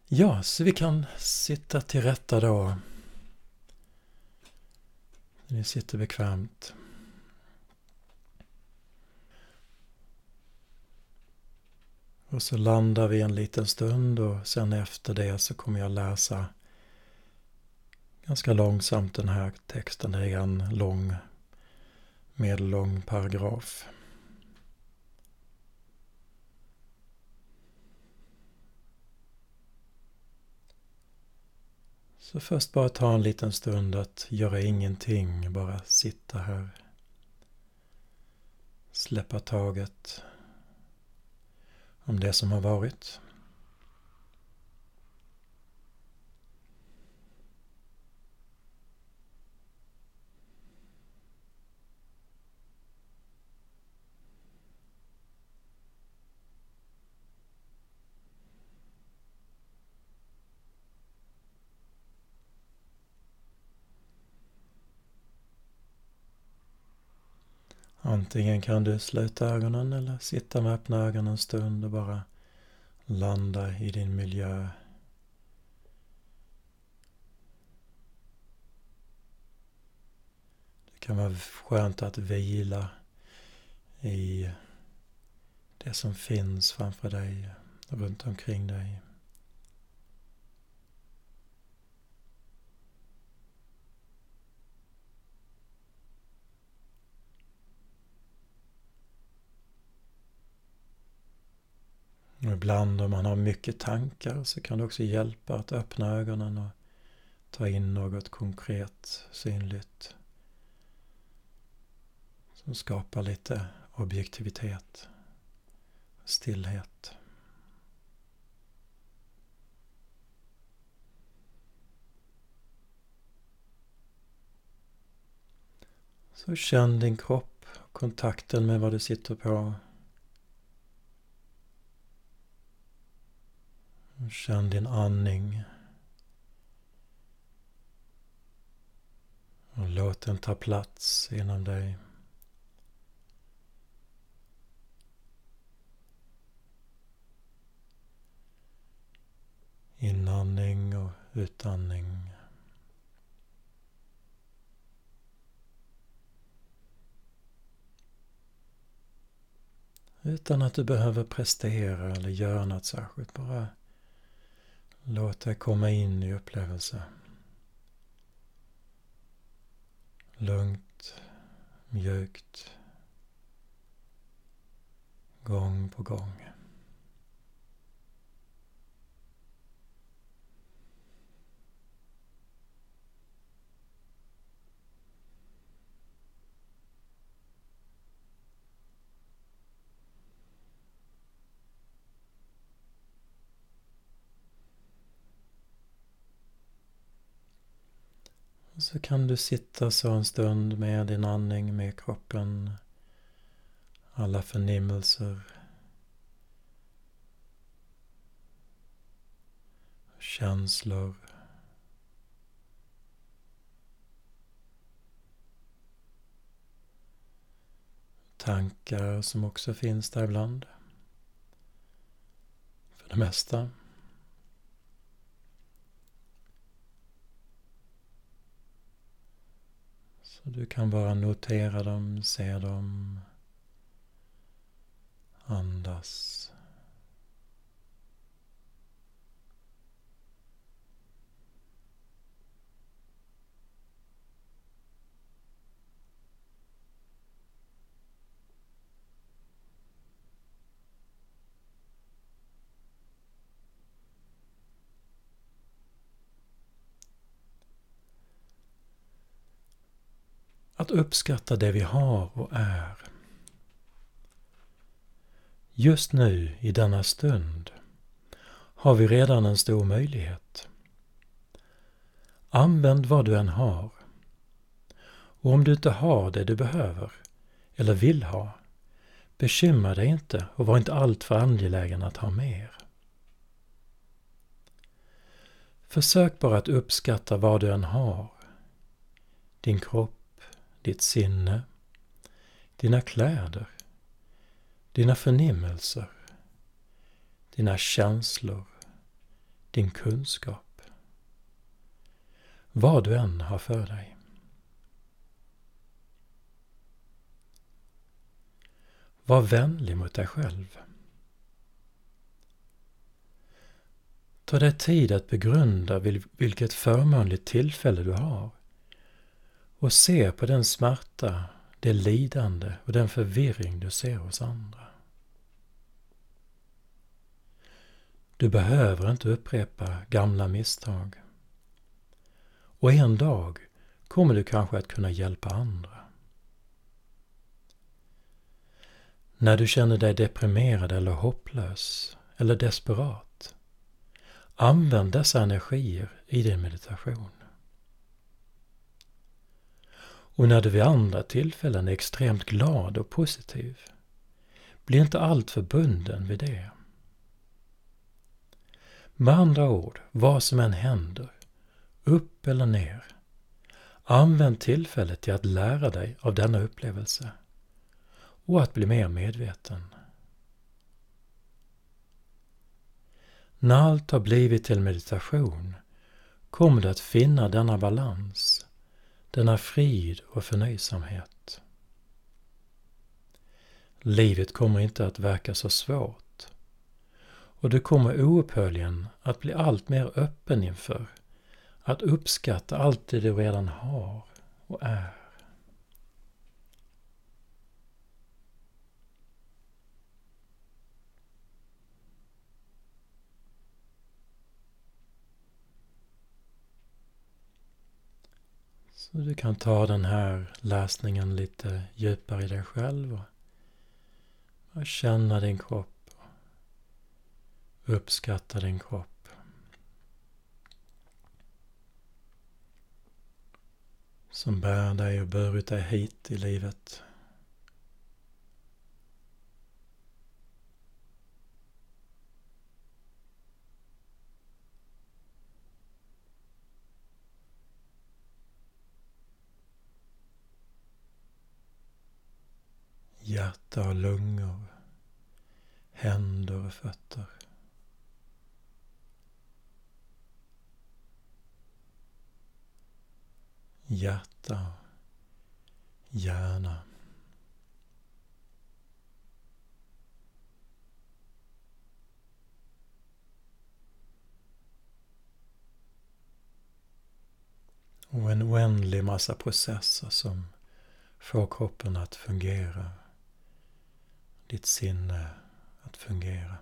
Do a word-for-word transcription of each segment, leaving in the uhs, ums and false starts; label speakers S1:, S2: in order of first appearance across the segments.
S1: Ja, så vi kan sitta till rätta då. Ni sitter bekvämt. Och så landar vi en liten stund och sen efter det så kommer jag läsa ganska långsamt den här texten. Det är en lång, medellång paragraf. Så först bara ta en liten stund att göra ingenting, bara sitta här. Släppa taget om det som har varit. Antingen kan du sluta ögonen eller sitta med öppna ögon en stund och bara landa i din miljö. Det kan vara skönt att vila i det som finns framför dig, runt omkring dig. Och ibland om man har mycket tankar så kan det också hjälpa att öppna ögonen och ta in något konkret, synligt som skapar lite objektivitet, stillhet. Så känn din kropp, kontakten med vad du sitter på. Känn din andning. Och låt den ta plats inom dig. Inandning och utandning. Utan att du behöver prestera eller göra något särskilt. Bara låt dig komma in i upplevelse. Lugnt, mjukt, gång på gång. Så kan du sitta så en stund med din andning, med kroppen, alla förnimmelser, känslor, tankar som också finns där ibland, för det mesta. Så du kan bara notera dem, se dem, andas. Att uppskatta det vi har och är. Just nu, i denna stund, har vi redan en stor möjlighet. Använd vad du än har. Och om du inte har det du behöver eller vill ha, bekymra dig inte och var inte alltför angelägen att ha mer. Försök bara att uppskatta vad du än har. Din kropp, ditt sinne, dina kläder, dina förnimmelser, dina känslor, din kunskap, vad du än har för dig. Var vänlig mot dig själv. Ta dig tid att begrunda vilket förmånligt tillfälle du har och se på den smärta, det lidande och den förvirring du ser hos andra. Du behöver inte upprepa gamla misstag. Och en dag kommer du kanske att kunna hjälpa andra. När du känner dig deprimerad eller hopplös eller desperat, använd dessa energier i din meditation. Och när du vid andra tillfällen är extremt glad och positiv, bli inte alltför bunden vid det. Med andra ord, vad som än händer, upp eller ner, använd tillfället till att lära dig av denna upplevelse och att bli mer medveten. När allt har blivit till meditation kommer du att finna denna balans, denna frid och förnöjsamhet. Livet kommer inte att verka så svårt och du kommer oupphörligen att bli allt mer öppen inför att uppskatta allt det du redan har och är. Så du kan ta den här läsningen lite djupare i dig själv och känna din kropp. Uppskatta din kropp. Som bär dig och burit dig hit i livet. Hjärta och lungor, händer och fötter. Hjärta, hjärna. Och en oändlig massa processer som får kroppen att fungera. Ditt sinne att fungera.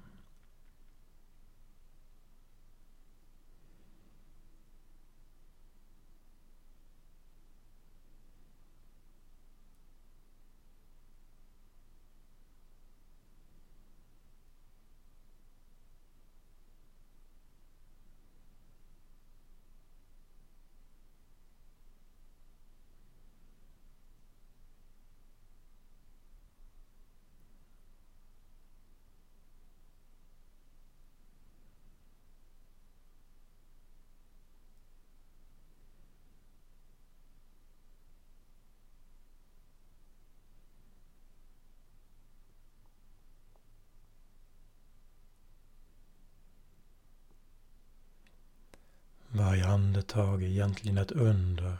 S1: Varje andetag är egentligen ett under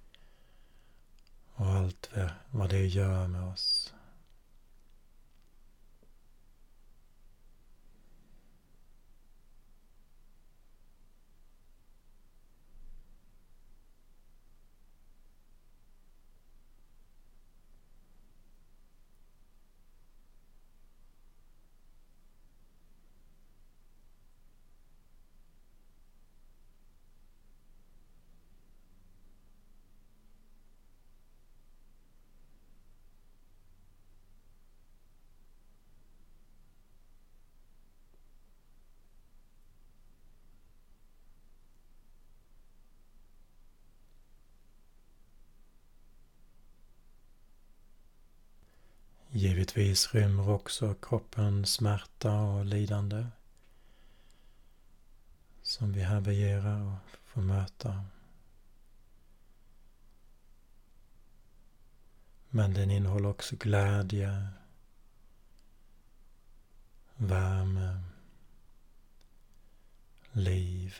S1: och allt vad det gör med oss. Givetvis rymmer också kroppen smärta och lidande som vi här begärar och får möta. Men den innehåller också glädje, värme, liv. liv.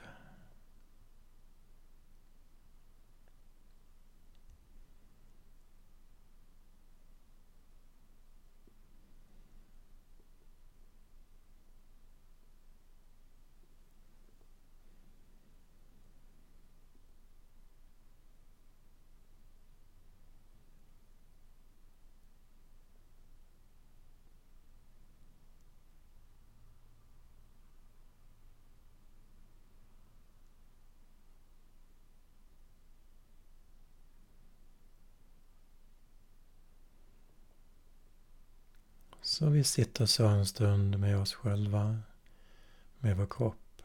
S1: Så vi sitter så en stund med oss själva, med vår kropp,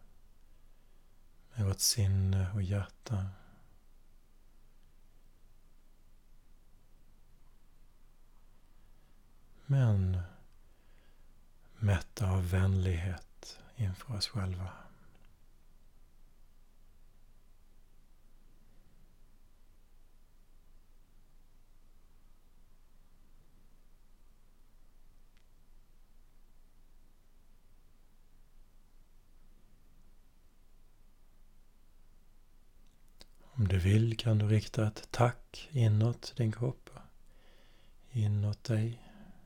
S1: med vårt sinne och hjärta. Men mätta av vänlighet inför oss själva. Om du vill kan du rikta ett tack inåt din kropp, inåt dig.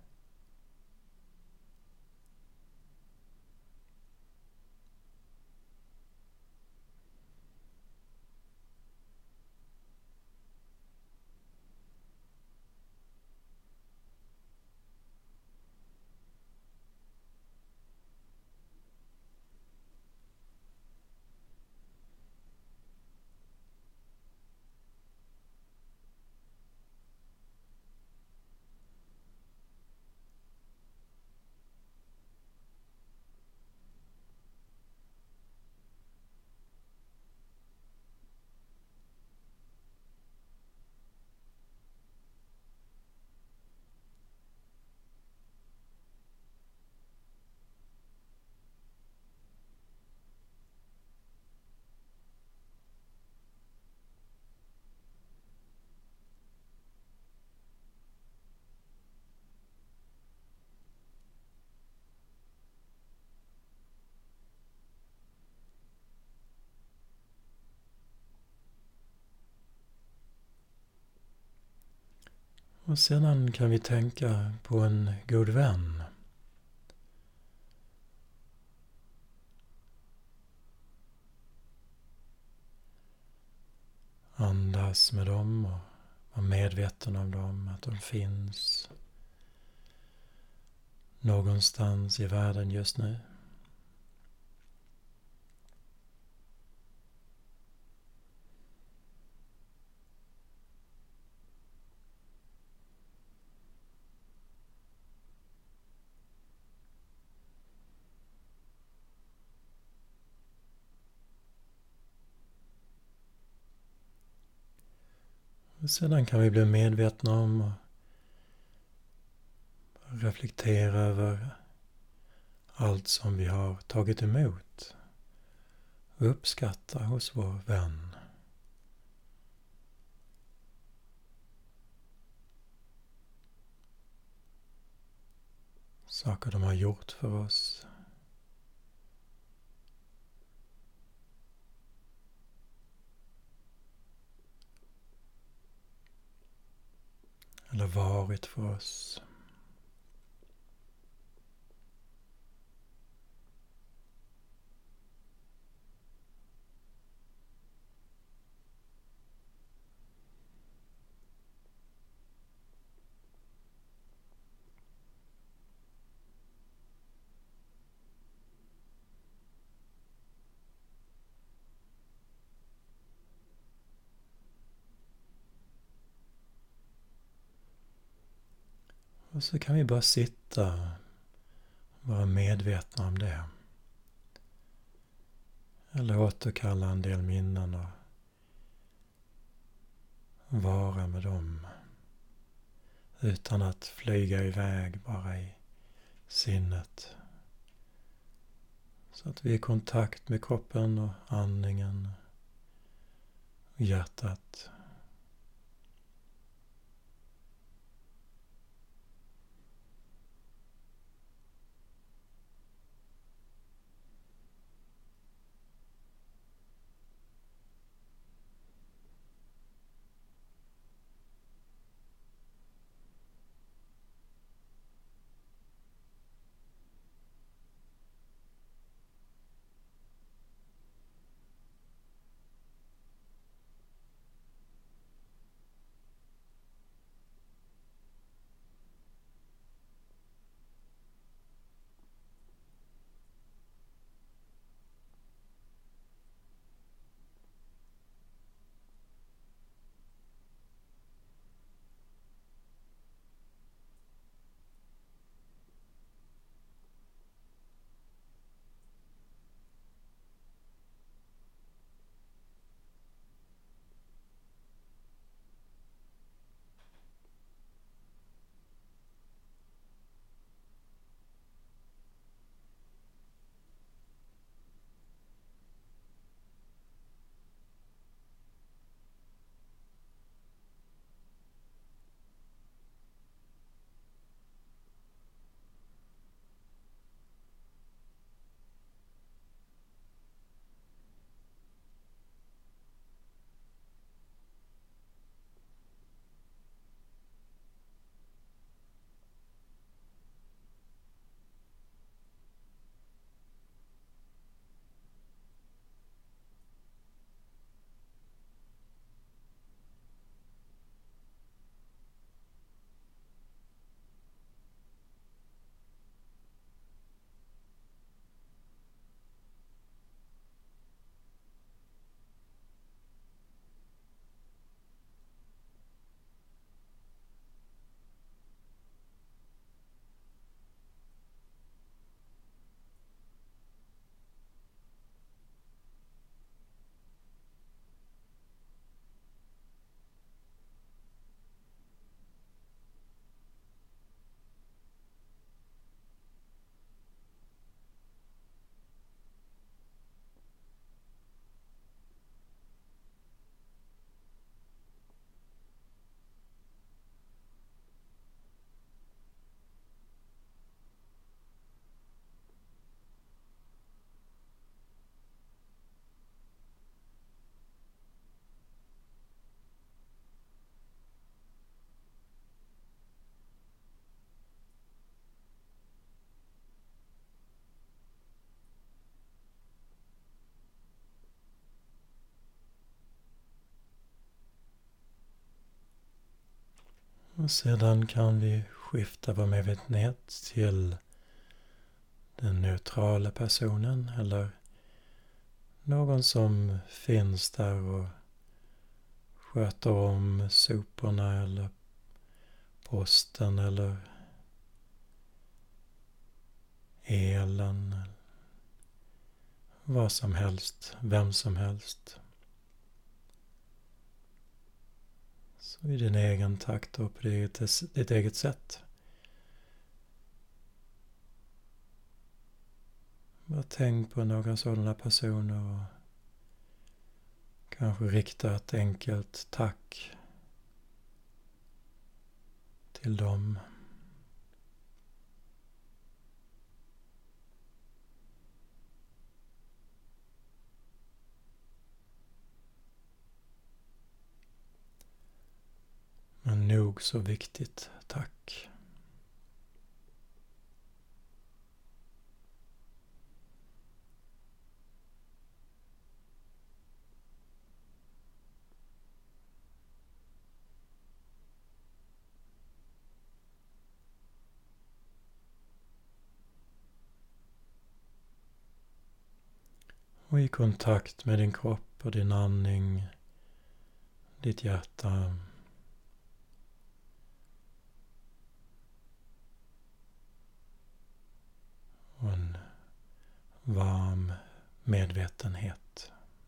S1: Och sedan kan vi tänka på en god vän. Andas med dem och vara medveten om dem, att de finns någonstans i världen just nu. Och sedan kan vi bli medvetna om och reflektera över allt som vi har tagit emot och uppskatta hos vår vän. Saker de har gjort för oss. Eller varit för oss. Och så kan vi bara sitta och vara medvetna om det. Eller återkalla en del minnen och vara med dem. Utan att flyga iväg bara i sinnet. Så att vi är i kontakt med kroppen och andningen och hjärtat. Och sedan kan vi skifta vår medvetenhet till den neutrala personen eller någon som finns där och sköter om soporna eller posten eller elen. Vad som helst, vem som helst. Så i din egen takt och på ditt, ditt eget sätt. Bara tänk på några sådana personer och kanske rikta ett enkelt tack till dem. Men nog så viktigt tack. Och i kontakt med din kropp och din andning, ditt hjärta. Och en varm medvetenhet.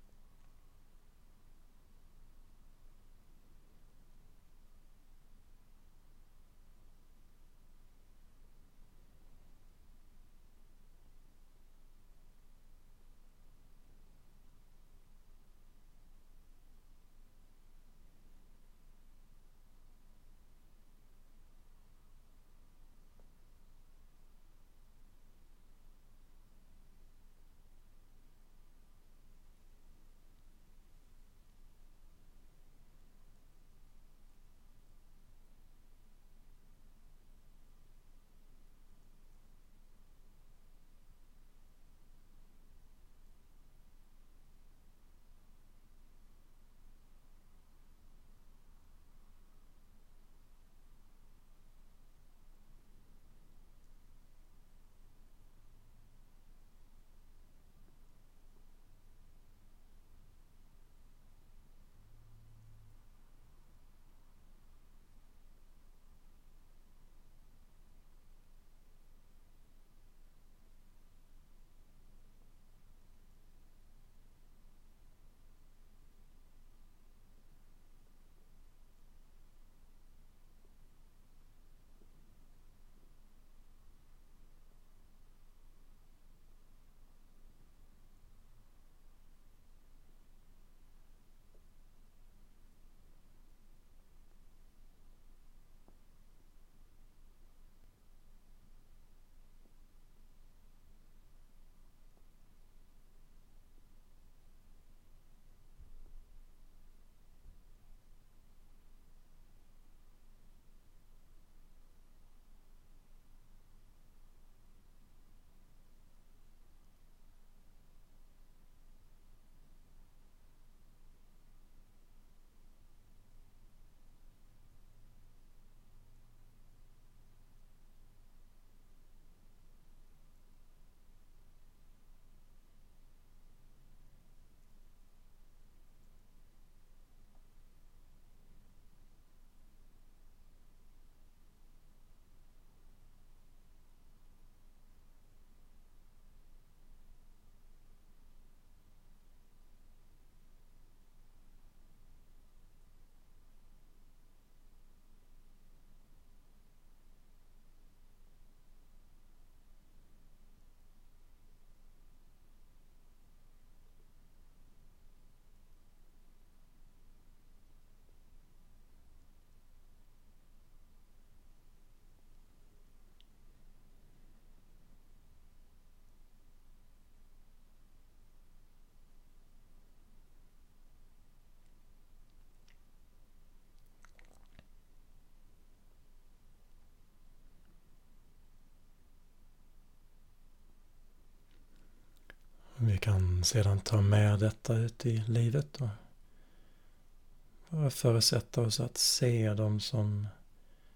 S1: Vi kan sedan ta med detta ut i livet och bara förutsätta oss att se dem som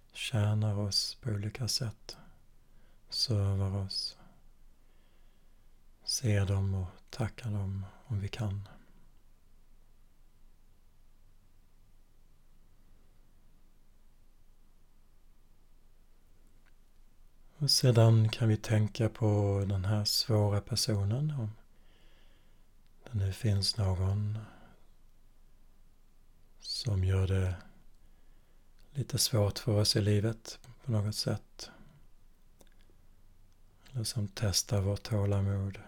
S1: tjänar oss på olika sätt, servar oss, ser dem och tackar dem om vi kan. Och sedan kan vi tänka på den här svåra personen, om det nu finns någon som gör det lite svårt för oss i livet på något sätt. Eller som testar vårt tålamod.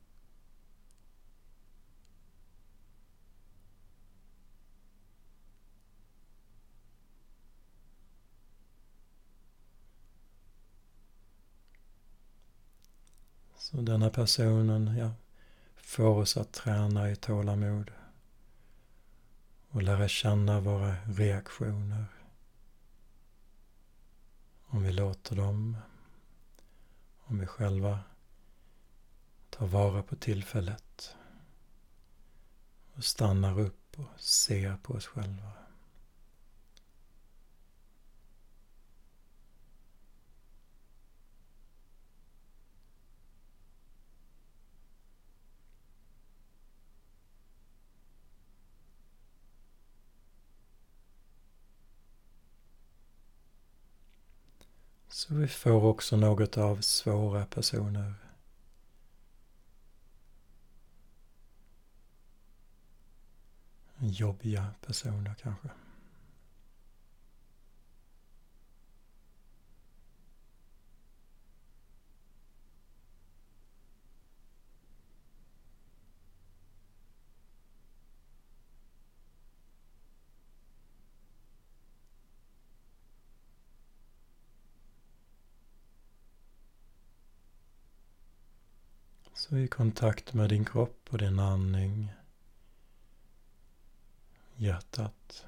S1: Så denna personen, ja, får oss att träna i tålamod och lära känna våra reaktioner. Om vi låter dem, om vi själva tar vara på tillfället och stannar upp och ser på oss själva. Så vi får också något av svåra personer. Jobbiga personer kanske. Så i kontakt med din kropp och din andning, hjärtat.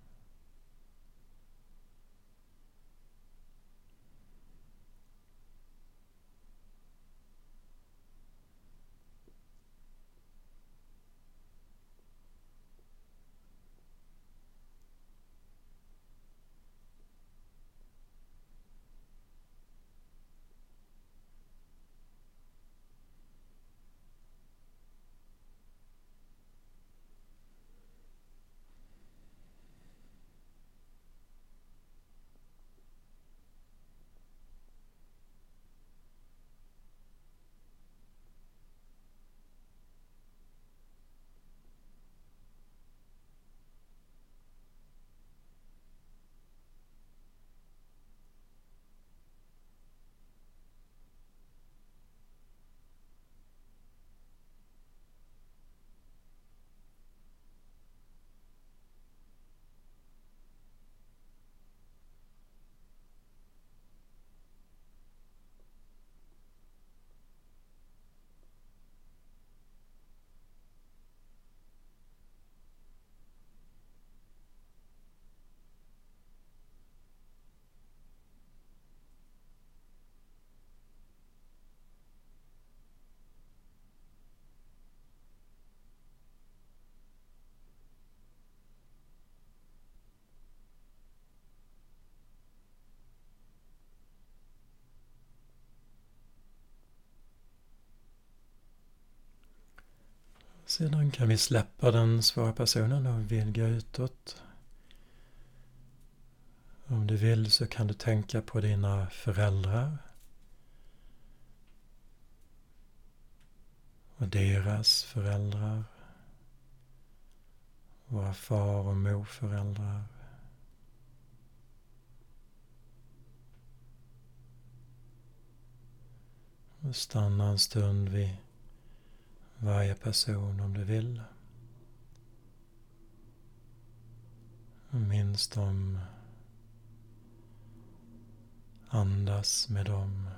S1: Sedan kan vi släppa den svåra personen och vidga utåt. Om du vill så kan du tänka på dina föräldrar och deras föräldrar, våra far- och morföräldrar. Och stanna en stund vid varje person om du vill. Och minns dem, andas med dem.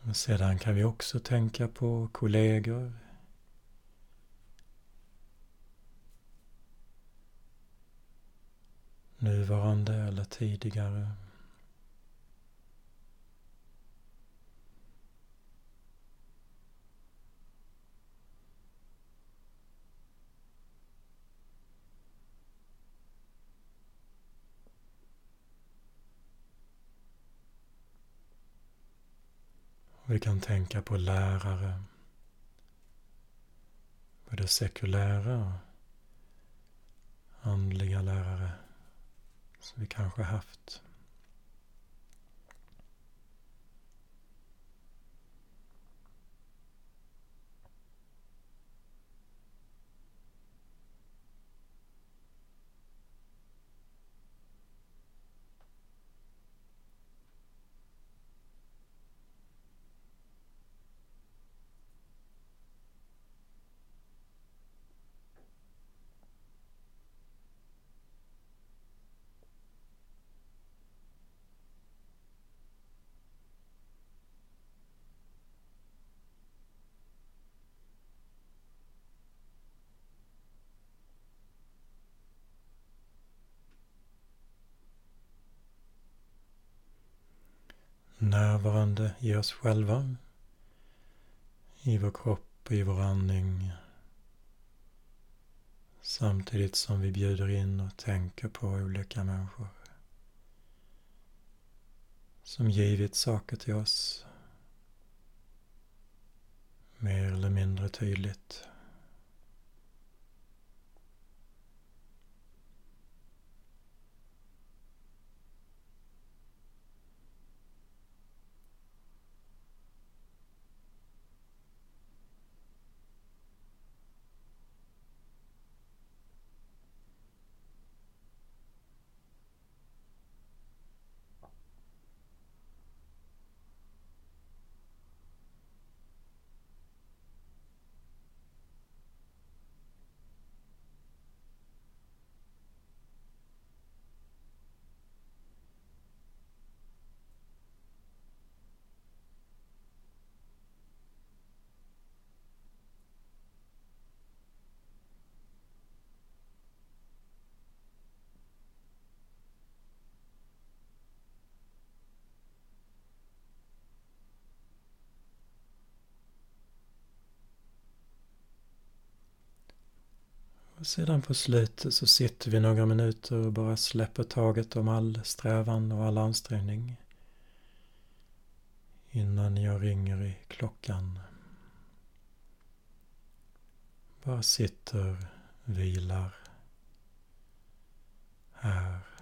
S1: Och sedan kan vi också tänka på kollegor, nuvarande eller tidigare. Vi kan tänka på lärare, både sekulära och andliga lärare som vi kanske haft. Närvarande i oss själva, i vår kropp och i vår andning, samtidigt som vi bjuder in och tänker på olika människor som givit saker till oss mer eller mindre tydligt. Och sedan på slutet så sitter vi några minuter och bara släpper taget om all strävan och all ansträngning innan jag ringer i klockan. Bara sitter, vilar här.